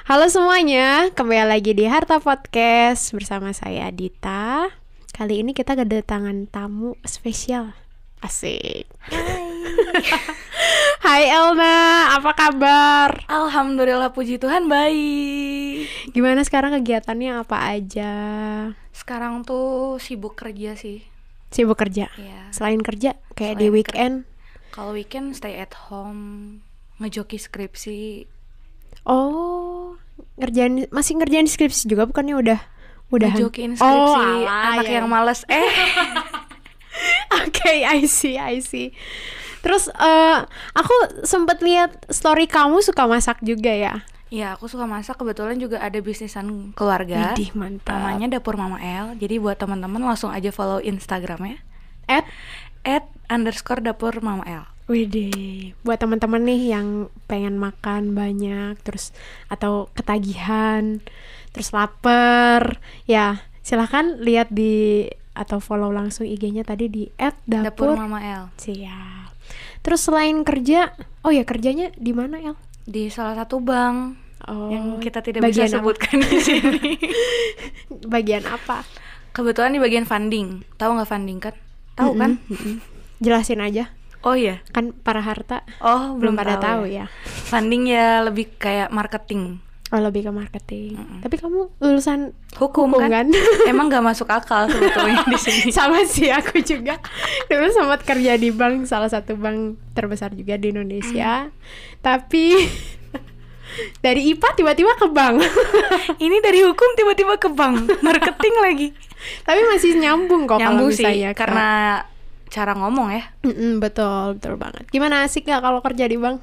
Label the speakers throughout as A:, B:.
A: Halo semuanya, kembali lagi di Harta Podcast bersama saya Dita. Kali ini kita kedatangan tamu spesial. Asik. Hai Elna, apa kabar?
B: Alhamdulillah, puji Tuhan baik.
A: Gimana sekarang kegiatannya apa aja?
B: Sekarang tuh sibuk kerja sih.
A: Sibuk kerja?
B: Iya.
A: Selain kerja, kayak
B: Selain
A: di weekend?
B: Kalau weekend stay at home, ngejoki skripsi.
A: Oh, masih ngerjain skripsi juga bukannya udah
B: Ngejokiin skripsi, anak
A: ya.
B: yang males.
A: Oke, I see. Terus aku sempat lihat story kamu suka masak juga ya?
B: Iya, aku suka masak. Kebetulan juga ada bisnisan keluarga.
A: Widih, mantap.
B: Namanya Dapur Mama El. Jadi buat teman-teman langsung aja follow Instagramnya @_dapur Mama El.
A: Widih, buat teman-teman nih yang pengen makan banyak terus atau ketagihan, terus lapar, ya silahkan lihat di atau follow langsung IG-nya tadi di
B: Dapur Mama El.
A: Siap. Terus selain kerja, oh ya kerjanya di mana El?
B: Di salah satu bank yang kita tidak bisa sebutkan di sini.
A: Bagian apa?
B: Kebetulan di bagian funding. Tahu nggak funding kan? Tahu kan?
A: Jelasin aja.
B: Oh iya.
A: Kan para harta.
B: Oh,
A: belum pada tahu ya.
B: Funding ya lebih kayak marketing.
A: Oh, lebih ke marketing. Tapi kamu lulusan
B: hukum kan? Emang nggak masuk akal sebetulnya di sini.
A: Sama sih aku juga. Dulu sempat kerja di bank, salah satu bank terbesar juga di Indonesia. Tapi dari IPA tiba-tiba ke bank.
B: Ini dari hukum tiba-tiba ke bank, marketing lagi.
A: Tapi masih nyambung kok kalau misalnya
B: sih, karena cara ngomong ya.
A: Betul banget. Gimana, asik gak kalau kerja di bank?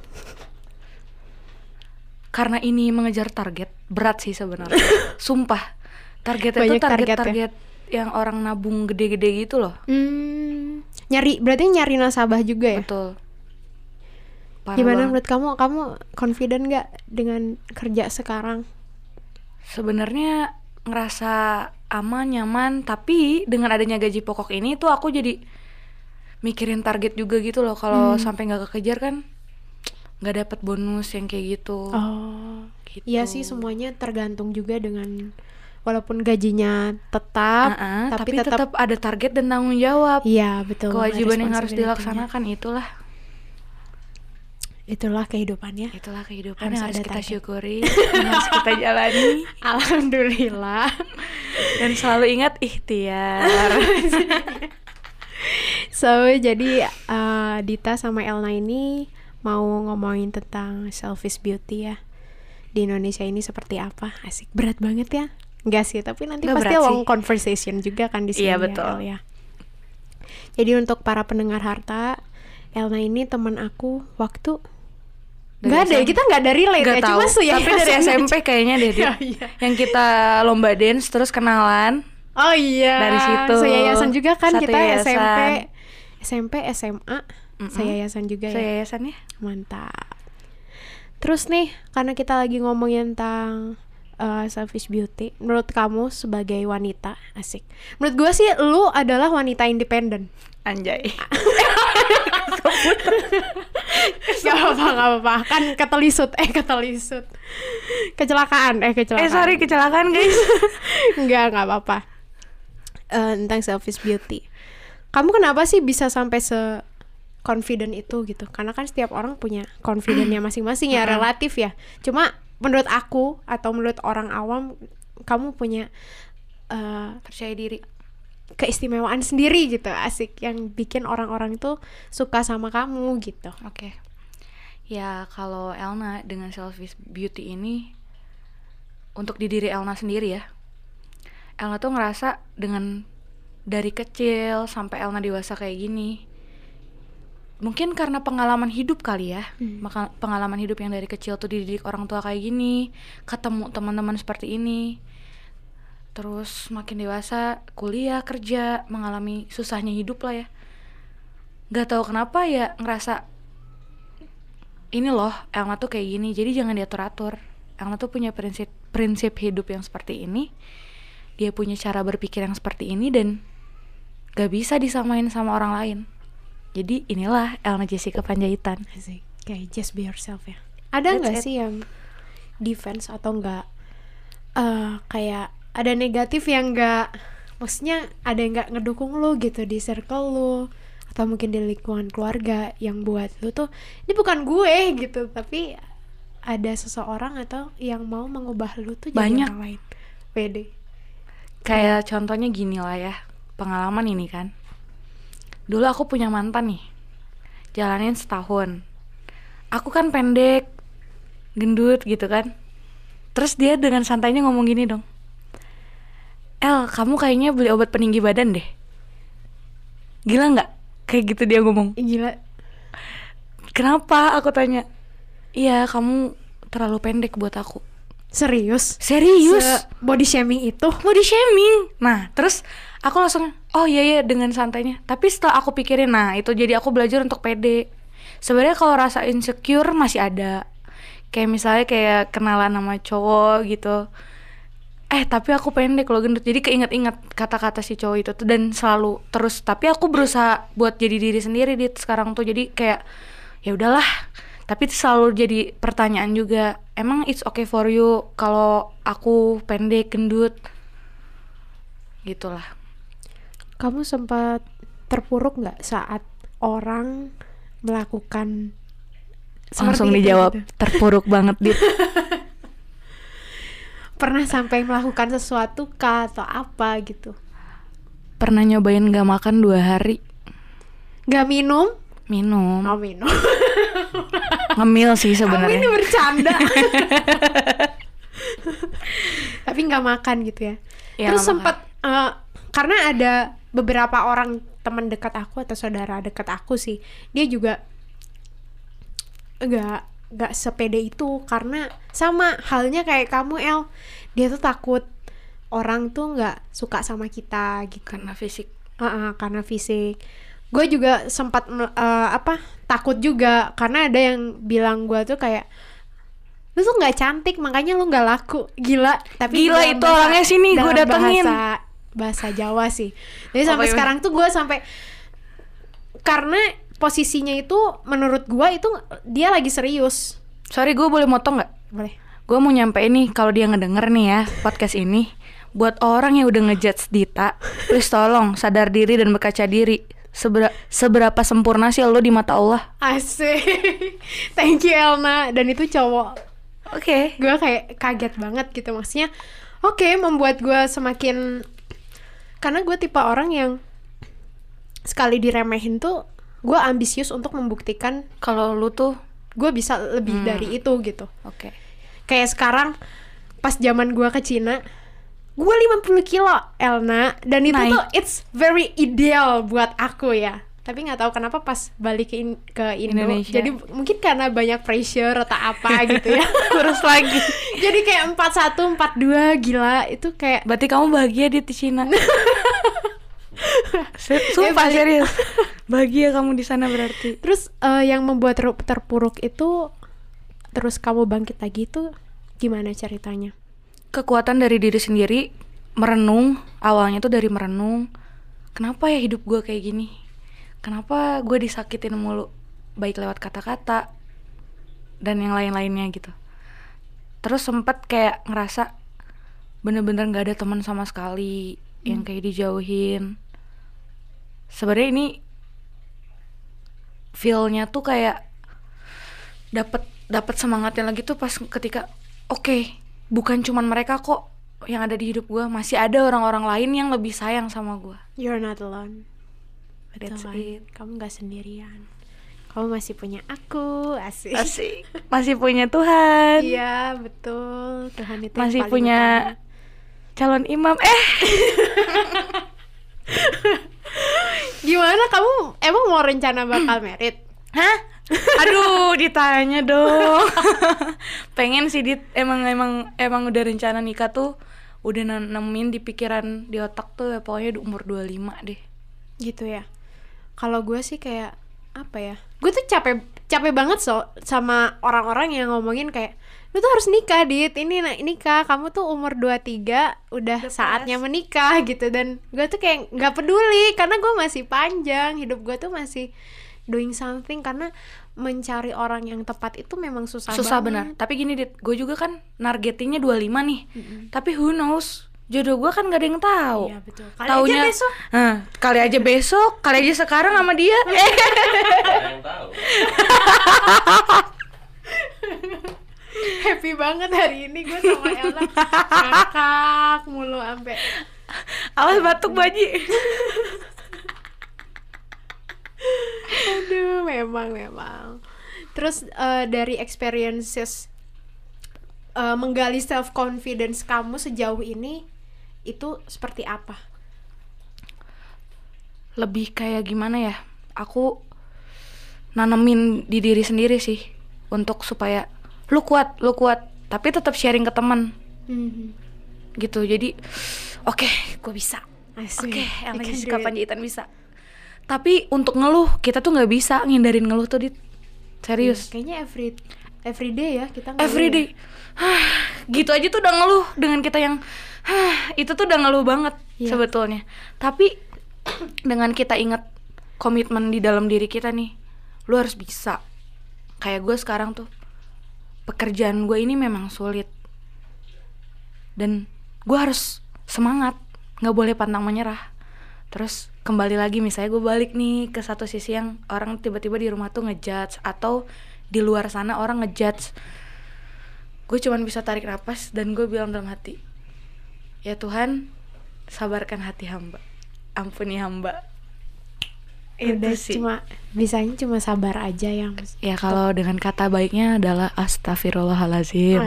B: Karena ini mengejar target, berat sih sebenarnya. Sumpah. Targetnya
A: banyak
B: itu target yang orang nabung gede-gede gitu loh.
A: Berarti nyari nasabah juga ya?
B: Betul. Parah
A: gimana
B: banget.
A: menurut kamu confident gak dengan kerja sekarang?
B: Sebenarnya ngerasa aman, nyaman, tapi dengan adanya gaji pokok ini tuh aku jadi mikirin target juga gitu loh. Kalau sampai nggak kekejar kan nggak dapat bonus yang kayak gitu.
A: Oh,
B: gitu.
A: Iya sih, semuanya tergantung juga dengan walaupun gajinya tetap,
B: tapi tetap ada target dan tanggung jawab.
A: Iya betul.
B: Kewajiban yang harus dilaksanakan
A: Itulah kehidupannya.
B: Itulah kehidupan yang harus kita syukuri, yang harus kita jalani.
A: Alhamdulillah.
B: Dan selalu ingat ikhtiar.
A: So jadi Dita sama Elna ini mau ngomongin tentang selfish beauty ya. Di Indonesia ini seperti apa? Asik, berat banget ya? Enggak sih, tapi nanti
B: Nggak
A: pasti long
B: sih.
A: conversation juga kan di sini.
B: Iya betul.
A: Ya. Jadi untuk para pendengar harta, Elna ini teman aku waktu nggak ada, kita nggak dari relate ya, cuma
B: tapi dari SMP kayaknya deh.
A: Iya.
B: Yang kita lomba dance terus kenalan.
A: Oh iya.
B: Dari situ.
A: Seyayasan juga kan
B: Satu
A: kita
B: yayasan.
A: SMP, SMA, seyayasan juga ya.
B: Seyayasan ya.
A: Mantap. Terus nih, karena kita lagi ngomongin tentang selfish beauty, menurut kamu sebagai wanita, asik. Menurut gue sih, lu adalah wanita independen.
B: Anjay.
A: Gak apa-apa, kan ketelisut. Kecelakaan.
B: Sorry, kecelakaan guys.
A: Enggak apa-apa. Tentang selfish beauty, kamu kenapa sih bisa sampai confident itu gitu? Karena kan setiap orang punya confidentnya masing-masing ya, relatif ya. Cuma menurut aku atau menurut orang awam, kamu punya
B: percaya diri,
A: keistimewaan sendiri gitu, asik, yang bikin orang-orang itu suka sama kamu gitu.
B: Oke. Ya kalau Elna dengan selfish beauty ini untuk di diri Elna sendiri ya. Elna tuh ngerasa dengan dari kecil sampai Elna dewasa kayak gini, mungkin karena pengalaman hidup kali ya. Pengalaman hidup yang dari kecil tuh dididik orang tua kayak gini, ketemu teman-teman seperti ini, terus makin dewasa, kuliah, kerja, mengalami susahnya hidup lah ya. Gak tahu kenapa ya ngerasa ini loh, Elna tuh kayak gini, jadi jangan diatur-atur. Elna tuh punya prinsip hidup yang seperti ini. Dia punya cara berpikir yang seperti ini dan gak bisa disamain sama orang lain. Jadi inilah Elna Jessica Panjaitan.
A: Asik. Kayak just be yourself ya. Ada nggak sih defense atau nggak kayak ada negatif yang nggak, maksudnya ada yang nggak ngedukung lu gitu di circle lu atau mungkin di lingkungan keluarga yang buat lu tuh ini bukan gue gitu, tapi ada seseorang atau yang mau mengubah lu tuh jadi
B: Banyak.
A: orang lain. Pede.
B: Kayak contohnya gini lah ya, pengalaman ini kan. Dulu aku punya mantan nih, jalanin setahun. Aku kan pendek, gendut gitu kan. Terus dia dengan santainya ngomong gini dong, El, kamu kayaknya beli obat peninggi badan deh. Gila nggak? Kayak gitu dia ngomong.
A: Gila.
B: Kenapa? Aku tanya. Iya, kamu terlalu pendek buat aku.
A: Serius?
B: Serius?
A: Body shaming itu?
B: Body shaming. Nah, terus aku langsung, oh iya dengan santainya. Tapi setelah aku pikirin, nah itu jadi aku belajar untuk pede. Sebenarnya kalau rasa insecure masih ada. Kayak misalnya kayak kenalan sama cowok gitu. Tapi aku pendek loh, gendut. Jadi keinget-inget kata-kata si cowok itu tuh dan selalu terus. Tapi aku berusaha buat jadi diri sendiri di sekarang tuh. Jadi kayak ya udahlah. Tapi selalu jadi pertanyaan juga, emang it's okay for you kalau aku pendek, gendut? Gitulah.
A: Kamu sempat terpuruk nggak saat orang melakukan
B: Langsung
A: seperti itu
B: dijawab,
A: gitu?
B: terpuruk banget Dit.
A: Pernah sampai melakukan sesuatu kah atau apa gitu?
B: Pernah nyobain gak makan 2 hari.
A: Gak minum?
B: Minum.
A: Oh minum.
B: Ngemil sih
A: Kamu ini
B: sebenarnya.
A: bercanda. Tapi nggak makan gitu ya?
B: Ya,
A: Terus
B: nggak
A: sempat karena ada beberapa orang teman dekat aku atau saudara dekat aku sih, dia juga nggak sepede itu karena sama halnya kayak kamu El, dia tuh takut orang tuh nggak suka sama kita gitu
B: Karena fisik.
A: karena fisik. Gue juga sempat takut juga karena ada yang bilang gue tuh kayak lu tuh nggak cantik makanya lu nggak laku. Gila, tapi
B: Gila,
A: dalam
B: itu orangnya sini gue
A: dalam
B: datengin.
A: bahasa Jawa sih. Jadi sampai
B: iya.
A: sekarang tuh gue sampai, karena posisinya itu menurut gue itu dia lagi serius.
B: Sorry, gue boleh motong gak?
A: Boleh.
B: Gue mau nyampein nih, kalau dia ngedenger nih ya podcast ini, buat orang yang udah ngejudge Dita, please tolong sadar diri dan berkaca diri. Seberapa sempurna sih lo di mata Allah?
A: Asik. Thank you Elna. Dan itu cowok.
B: Oke.
A: Gue kayak kaget banget gitu, maksudnya membuat gue semakin, karena gue tipe orang yang sekali diremehin tuh gue ambisius untuk membuktikan
B: Kalau lu tuh,
A: gue bisa lebih dari itu gitu.
B: oke.
A: Kayak sekarang pas zaman gue ke Cina, gue 50 kilo Elna, dan itu
B: Naik.
A: tuh it's very ideal buat aku ya. Tapi nggak tahu kenapa pas balik ke Indo,
B: Indonesia.
A: jadi mungkin karena banyak pressure atau apa gitu ya.
B: Kurus lagi.
A: Jadi kayak 41, 42, gila itu kayak
B: Berarti kamu bahagia di Cina. Sumpah serius. Bahagia kamu di sana berarti.
A: terus yang membuat terpuruk itu terus kamu bangkit lagi itu gimana ceritanya?
B: Kekuatan dari diri sendiri, merenung. Awalnya tuh dari merenung, kenapa ya hidup gue kayak gini, kenapa gue disakitin mulu, baik lewat kata-kata dan yang lain-lainnya gitu. Terus sempet kayak ngerasa bener-bener gak ada teman sama sekali, yang kayak dijauhin. Sebenarnya ini feel-nya tuh kayak dapet semangatnya lagi tuh pas ketika oke, bukan cuman mereka kok yang ada di hidup gue, masih ada orang-orang lain yang lebih sayang sama gue.
A: You're not alone.
B: That's
A: Betul,
B: it.
A: kamu gak sendirian. Kamu masih punya aku, asik.
B: Asik. Masih punya Tuhan.
A: Iya betul, Tuhan itu yang
B: Masih
A: paling
B: punya
A: utama.
B: calon imam.
A: Gimana kamu emang mau rencana bakal merit?
B: Hah? Aduh, ditanya dong. Pengen sih Dit, emang udah rencana nikah tuh udah nemin di pikiran, di otak tuh ya, pokoknya di umur 25 deh.
A: Gitu ya. Kalau gue sih kayak apa ya? Gue tuh capek banget sama orang-orang yang ngomongin kayak lu tuh harus nikah Dit, ini nikah, kamu tuh umur 23 udah saatnya menikah gitu. Dan gue tuh kayak nggak peduli karena gue masih panjang, hidup gue tuh masih doing something, karena mencari orang yang tepat itu memang susah
B: benar. Tapi gini Dit, gue juga kan nargetingnya 25 nih. Tapi who knows, jodoh gue kan gak ada yang tahu.
A: Iya betul. Kali
B: Taunya,
A: aja besok.
B: Kali aja besok, kali aja sekarang sama dia.
C: Ada yang tahu.
A: Happy banget hari ini gue sama Elna, ngakak mulu sampai.
B: Awas batuk Baji.
A: Aduh, memang. Terus dari experiences menggali self confidence kamu sejauh ini itu seperti apa?
B: Lebih kayak gimana ya? Aku nanemin di diri sendiri sih, untuk supaya lu kuat, tapi tetap sharing ke teman. Gitu. Jadi oke, gue bisa. Oke, yang lagi suka Panjaitan bisa. Tapi untuk ngeluh, kita tuh nggak bisa ngindarin ngeluh tuh, Dit. Serius.
A: Kayaknya every day ya kita ngeluh.
B: Every day. Gitu aja tuh udah ngeluh, dengan kita yang itu tuh udah ngeluh banget sebetulnya. Tapi dengan kita ingat komitmen di dalam diri kita nih, lu harus bisa. Kayak gue sekarang tuh, pekerjaan gue ini memang sulit, dan gue harus semangat, nggak boleh pantang menyerah. Terus kembali lagi, misalnya gue balik nih ke satu sisi yang orang tiba-tiba di rumah tuh ngejudge, atau di luar sana orang ngejudge, gue cuman bisa tarik nafas dan gue bilang dalam hati, ya Tuhan, sabarkan hati hamba, ampuni hamba. Itu sih.
A: Bisanya cuma sabar aja yang.
B: Ya kalau dengan kata baiknya adalah astagfirullahalazim.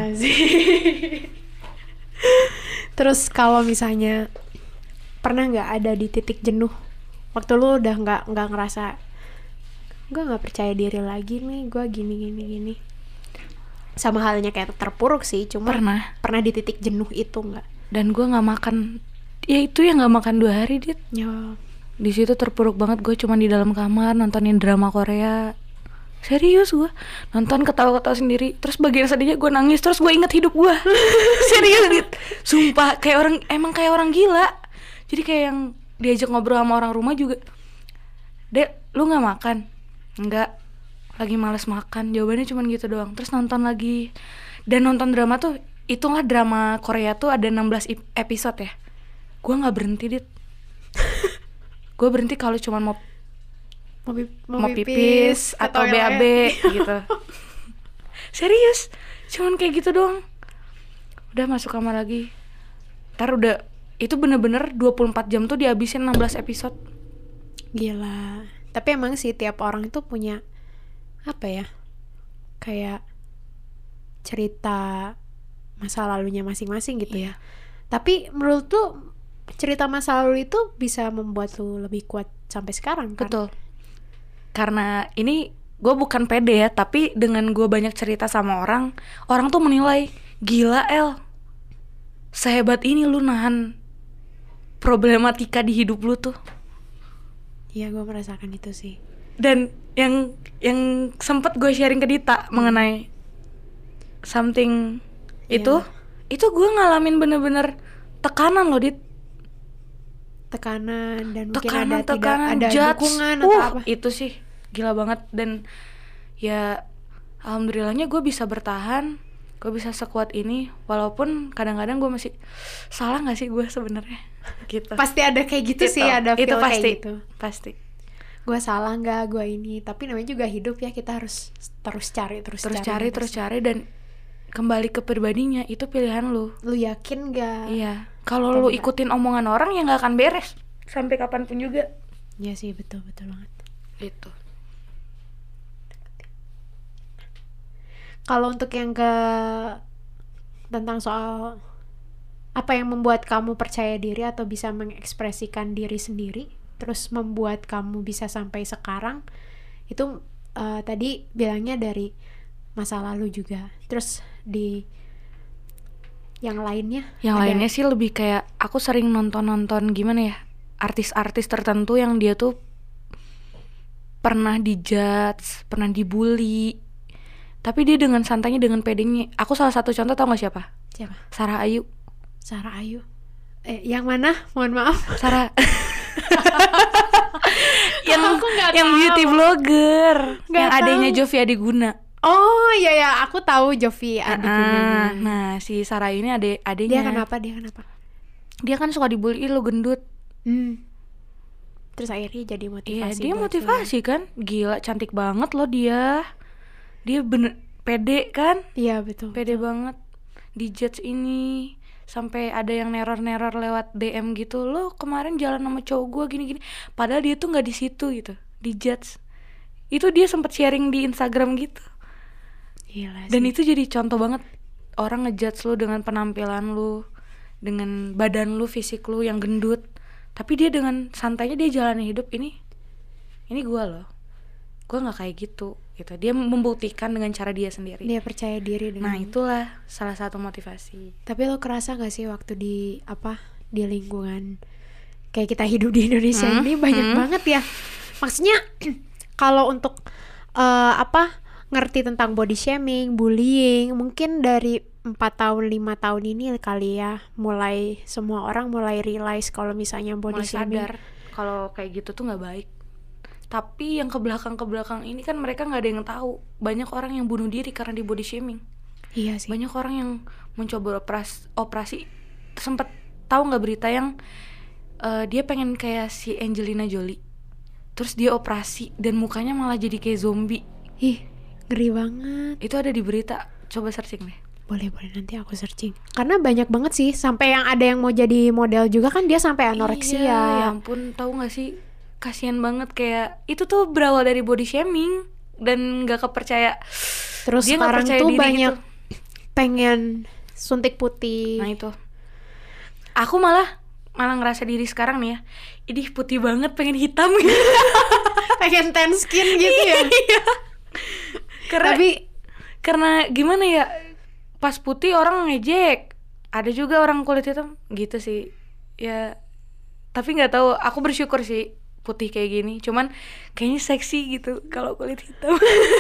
A: Terus kalau misalnya pernah nggak ada di titik jenuh, waktu lu udah nggak ngerasa, gue nggak percaya diri lagi nih, gue gini, sama halnya kayak terpuruk sih, cuma pernah di titik jenuh itu nggak?
B: Dan gue nggak makan, ya itu yang nggak makan 2 hari, Dit.
A: Ya.
B: Di situ terpuruk banget, gue cuma di dalam kamar nontonin drama Korea. Serius, gue nonton ketawa-ketawa sendiri. Terus bagian sedihnya gue nangis, terus gue inget hidup gue. Serius, Dit. Sumpah, kayak orang gila. Jadi kayak yang diajak ngobrol sama orang rumah juga, Dek, lu gak makan? Enggak, lagi males makan. Jawabannya cuma gitu doang. Terus nonton lagi. Dan nonton drama tuh, itulah drama Korea tuh ada 16 episode ya. Gue gak berhenti, Dit. Gue berhenti kalau cuma mau pipis atau BAB gitu. Serius, cuman kayak gitu doang. Udah masuk kamar lagi. Ntar udah, itu bener-bener 24 jam tuh dihabisin 16 episode.
A: Gila. Tapi emang sih tiap orang itu punya apa ya, kayak cerita masa lalunya masing-masing gitu ya. Tapi menurut tuh cerita masa lalu itu bisa membuat lu lebih kuat sampai sekarang kan?
B: Betul. Karena ini gue bukan pede ya, tapi dengan gue banyak cerita sama orang tuh menilai, gila El, sehebat ini lu nahan problematika di hidup lu tuh.
A: Iya, gue merasakan itu sih.
B: Dan yang sempet gue sharing ke Dita mengenai something itu gue ngalamin bener-bener tekanan loh, Dit.
A: Tekanan dan mungkin
B: tekanan,
A: tidak ada
B: judge,
A: dukungan atau apa.
B: Itu sih gila banget. Dan ya alhamdulillahnya gue bisa bertahan, gue bisa sekuat ini, walaupun kadang-kadang gue masih salah nggak sih gue sebenarnya gitu.
A: Pasti ada kayak gitu sih, ada feel
B: itu pasti,
A: kayak gitu.
B: Pasti.
A: Gue salah nggak, gue ini, tapi namanya juga hidup ya, kita harus terus cari
B: dan kembali ke pribadinya, itu pilihan lu.
A: Lu yakin nggak?
B: Iya. Kalau lu ikutin omongan orang ya nggak akan beres sampai kapanpun juga.
A: Iya sih, betul banget.
B: Itu.
A: Kalau untuk yang tentang soal apa yang membuat kamu percaya diri atau bisa mengekspresikan diri sendiri, terus membuat kamu bisa sampai sekarang, itu tadi bilangnya dari masa lalu juga. Terus di yang lainnya?
B: Yang lainnya sih lebih kayak aku sering nonton gimana ya, artis-artis tertentu yang dia tuh pernah dijudge, pernah dibully, tapi dia dengan santainya, dengan pedenya. Aku salah satu contoh, tau gak siapa?
A: Siapa?
B: Sarah Ayu.
A: Sarah Ayu. Yang mana? Mohon maaf.
B: Sarah yang
A: Aku nggak
B: yang
A: tahu.
B: beauty blogger,
A: Nggak
B: yang adanya
A: tahu.
B: Jovi Adiguna.
A: Oh iya ya, aku tahu Jovi Adiguna.
B: Nah, si Sarah ini adenya.
A: Dia kenapa?
B: Dia kan suka dibully, lo gendut.
A: Terus akhirnya jadi
B: Iya,
A: motivasi.
B: dia
A: buat
B: motivasi kan. Gila, cantik banget loh dia. Dia bener pede kan?
A: lo. Iya betul.
B: Pede banget. Di judge ini sampai ada yang neror-neror lewat DM gitu. Lo kemarin jalan sama cowok gue gini-gini. Padahal dia tuh nggak di situ gitu. Di judge. Itu dia sempet sharing di Instagram gitu.
A: Gila sih.
B: Dan itu jadi contoh banget. Orang ngejudge lu dengan penampilan lu, dengan badan lu, fisik lu yang gendut. Tapi dia dengan santainya dia jalani hidup ini gue loh. Gue nggak kayak gitu. Dia membuktikan dengan cara dia sendiri.
A: Dia percaya diri dengan.
B: Nah itulah salah satu motivasi.
A: Tapi lo kerasa gak sih waktu di lingkungan kayak kita hidup di Indonesia ini banyak banget ya. Maksudnya kalau untuk ngerti tentang body shaming, bullying, mungkin dari 4 tahun 5 tahun ini kali ya, semua orang mulai realize kalau misalnya body
B: Mulai
A: shaming.
B: sadar kalau kayak gitu tuh nggak baik. Tapi yang ke belakang ini kan mereka nggak ada yang tahu. Banyak orang yang bunuh diri karena di body shaming.
A: Iya sih.
B: Banyak orang yang mencoba operasi. Sempet tahu nggak berita yang dia pengen kayak si Angelina Jolie, terus dia operasi dan mukanya malah jadi kayak zombie.
A: Ih, ngeri banget.
B: Itu ada di berita, coba searching deh.
A: Boleh nanti aku searching. Karena banyak banget sih, sampai yang ada yang mau jadi model juga kan dia sampai anoreksia.
B: Iya, ya ampun, tahu nggak sih, kasihan banget. Kayak itu tuh berawal dari body shaming dan nggak kepercaya.
A: Terus
B: dia nggak
A: sekarang
B: percaya
A: tuh
B: diri
A: banyak
B: gitu.
A: pengen suntik putih.
B: Nah itu, aku malah ngerasa diri sekarang nih ya, ini putih banget, pengen hitam gitu.
A: Pengen tan skin gitu ya.
B: Iya. Karena gimana ya, pas putih orang ngejek, ada juga orang kulit hitam gitu sih ya. Tapi nggak tahu, aku bersyukur sih putih kayak gini, cuman kayaknya seksi gitu kalau kulit hitam.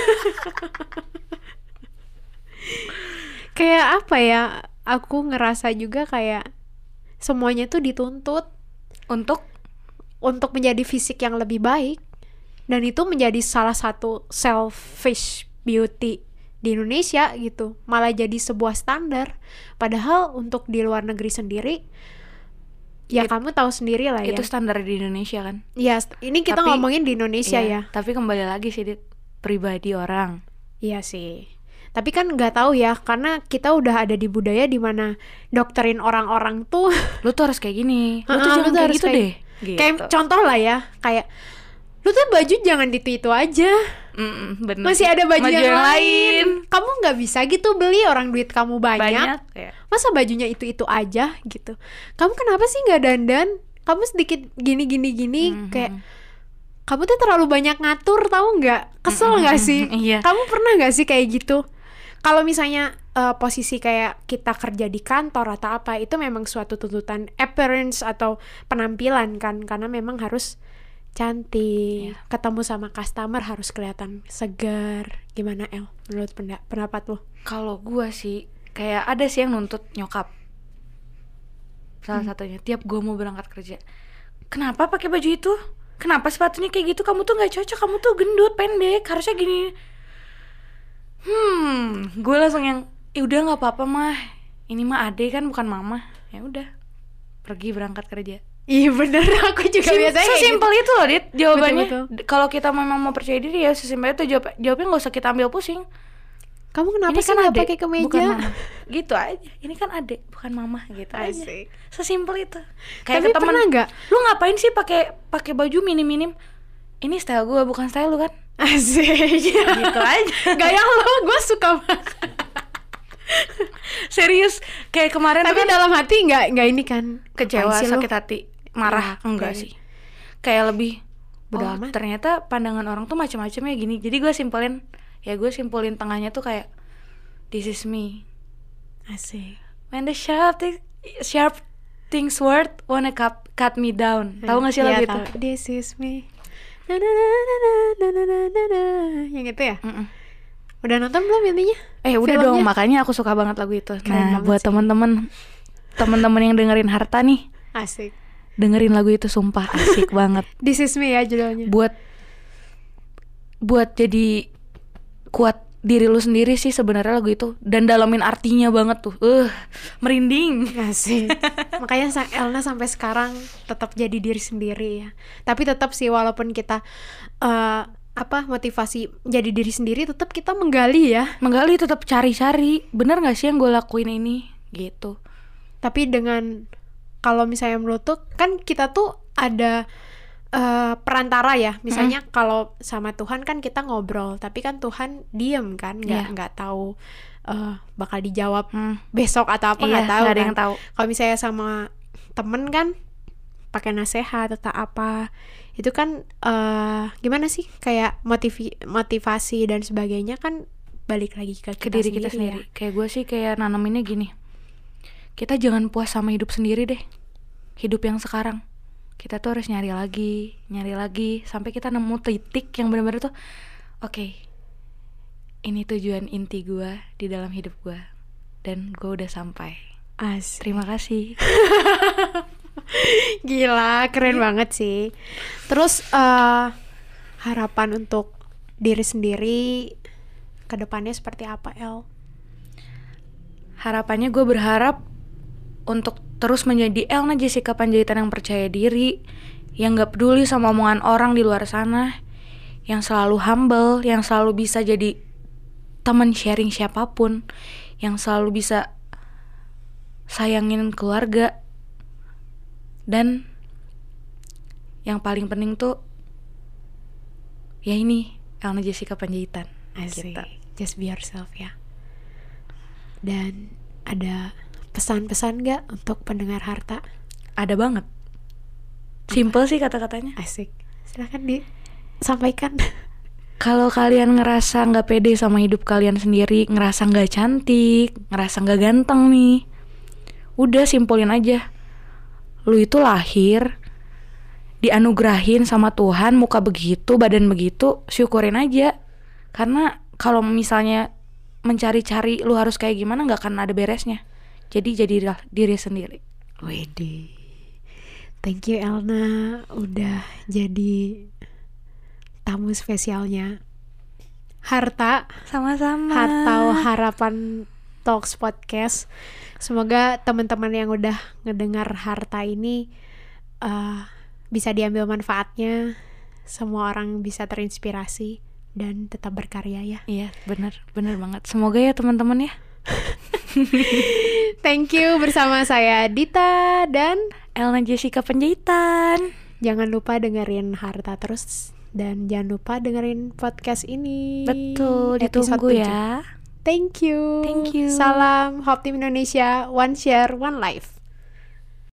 A: Kayak apa ya, aku ngerasa juga kayak semuanya tuh dituntut untuk menjadi fisik yang lebih baik. Dan itu menjadi salah satu selfish beauty di Indonesia gitu. Malah jadi sebuah standar. Padahal untuk di luar negeri sendiri, ya kamu tahu sendiri lah ya.
B: Itu standar di Indonesia kan.
A: Ya, ini kita
B: Tapi,
A: ngomongin di Indonesia ya.
B: Tapi kembali lagi sih, Dit, pribadi orang.
A: Iya sih. Tapi kan nggak tahu ya, karena kita udah ada di budaya dimana dokterin orang-orang tuh.
B: Lu tuh harus kayak gini. Lu tuh
A: Lu
B: jangan
A: tuh
B: kayak
A: harus
B: gitu
A: kayak-
B: deh. Gitu.
A: Kayak contoh lah ya, kayak lu tuh baju jangan itu aja.
B: Bener.
A: Masih ada baju yang lain.
B: lain.
A: Kamu nggak bisa gitu beli, orang duit kamu banyak.
B: Ya.
A: Masa bajunya itu aja gitu. Kamu kenapa sih nggak dandan? Kamu sedikit gini kayak kamu tuh terlalu banyak ngatur, tahu nggak? Kesel nggak sih?
B: Iya.
A: Kamu pernah nggak sih kayak gitu? Kalau misalnya posisi kayak kita kerja di kantor atau apa, itu memang suatu tuntutan appearance atau penampilan kan, karena memang harus cantik, ketemu sama customer harus kelihatan segar. Gimana El? Menurut pendapat lo?
B: Kalau gua sih kayak ada sih yang nuntut nyokap. Salah satunya tiap gua mau berangkat kerja. Kenapa pakai baju itu? Kenapa sepatunya kayak gitu? Kamu tuh nggak cocok. Kamu tuh gendut, pendek. Harusnya gini. Gue langsung yang, udah nggak apa-apa mah. Ini mah ade kan, bukan mama. Ya udah, pergi berangkat kerja.
A: Iya bener, aku juga biasanya kayak
B: Sesimpel itu loh, Dit, jawabannya.
A: Betul.
B: Kalau kita memang mau percaya diri ya sesimpel itu, jawabnya nggak usah kita ambil pusing.
A: Kamu kenapa
B: Ini
A: sih
B: kan
A: nggak
B: adek,
A: pakai kemeja?
B: bukan mama. Gitu aja. Ini kan adek, bukan mama, gitu aja.
A: Asik.
B: Sesimpel itu. Kayak
A: Tapi
B: ke temen,
A: pernah nggak?
B: lu ngapain sih pakai baju minim-minim? Ini style gue, bukan style lu kan?
A: Asik.
B: Gitu aja.
A: Gaya lo, gue suka banget.
B: Serius, kayak kemarin
A: Tapi
B: tuh kan
A: dalam hati nggak ini kan
B: kecewa,
A: ngapain sih lo?
B: sakit hati, marah,
A: Ya,
B: enggak
A: kayak-
B: sih. Kayak lebih
A: Bodo
B: oh,
A: amat.
B: ternyata pandangan orang tuh macam-macam ya gini. Jadi gue simpulin tengahnya tuh kayak this is me.
A: Asik.
B: When the sharp things worth wanna cut me down. Tahu nggak sih lagu itu?
A: Tahu. This is me. Na, na, na, na, na, na, na, na, na. Yang itu ya? Udah nonton belum intinya?
B: Udah
A: Filmnya?
B: dong, makanya aku suka banget lagu itu.
A: Keren
B: Nah,
A: banget
B: buat
A: sih.
B: teman-teman yang dengerin Harta nih,
A: Asik.
B: dengerin lagu itu, sumpah asik banget.
A: This Is Me ya judulnya.
B: Buat jadi kuat diri lu sendiri sih sebenarnya lagu itu, dan dalamin artinya banget tuh. Merinding.
A: Asik. Makanya Elna sampai sekarang tetap jadi diri sendiri ya. Tapi tetap sih walaupun kita motivasi jadi diri sendiri, tetap kita menggali ya.
B: Menggali, tetap cari-cari. Bener nggak sih yang gue lakuin ini gitu.
A: Tapi dengan kalau misalnya menurut tuh kan kita tuh ada perantara ya, misalnya kalau sama Tuhan kan kita ngobrol, tapi kan Tuhan diem kan, nggak tahu bakal dijawab besok atau apa, nggak tahu
B: nggak ada
A: kan.
B: yang tahu.
A: Kalau misalnya sama temen kan pakai nasihat atau apa, itu kan gimana sih, kayak motivasi dan sebagainya kan balik lagi ke
B: diri kita sendiri.
A: Ya.
B: Kayak gue sih kayak nanaminnya gini, kita jangan puas sama hidup sendiri deh, hidup yang sekarang. Kita tuh harus nyari lagi sampai kita nemu titik yang benar-benar tuh oke, ini tujuan inti gue di dalam hidup gue dan gue udah sampai. Terima kasih.
A: Gila, keren banget sih. Terus harapan untuk diri sendiri ke depannya seperti apa, El?
B: Harapannya gue berharap untuk terus menjadi Elna Jessica Panjaitan yang percaya diri, yang gak peduli sama omongan orang di luar sana, yang selalu humble, yang selalu bisa jadi teman sharing siapapun, yang selalu bisa sayangin keluarga, dan yang paling penting tuh ya ini, Elna Jessica Panjaitan.
A: Asik. Just be yourself ya. Dan ada pesan-pesan gak untuk pendengar Harta?
B: Ada banget. Simple sih kata-katanya.
A: Asik. Silahkan disampaikan.
B: Kalau kalian ngerasa gak pede sama hidup kalian sendiri, ngerasa gak cantik, ngerasa gak ganteng nih, udah simpulin aja, lu itu lahir dianugerahin sama Tuhan, muka begitu, badan begitu, syukurin aja. Karena kalau misalnya mencari-cari lu harus kayak gimana, gak akan ada beresnya. Jadi jadilah diri sendiri.
A: Wede. Thank you Elna udah jadi tamu spesialnya Harta.
B: Sama-sama.
A: Harta Harapan Talks Podcast. Semoga teman-teman yang udah ngedengar Harta ini bisa diambil manfaatnya. Semua orang bisa terinspirasi dan tetap berkarya ya.
B: Iya, bener banget. Semoga ya teman-teman ya.
A: Thank you, bersama saya Dita dan
B: Elna Jessica Panjaitan.
A: Jangan lupa dengerin Harta terus, dan jangan lupa dengerin podcast ini.
B: Betul, ditunggu ya.
A: Thank you.
B: Thank you.
A: Salam Hope Team Indonesia, one share, one life.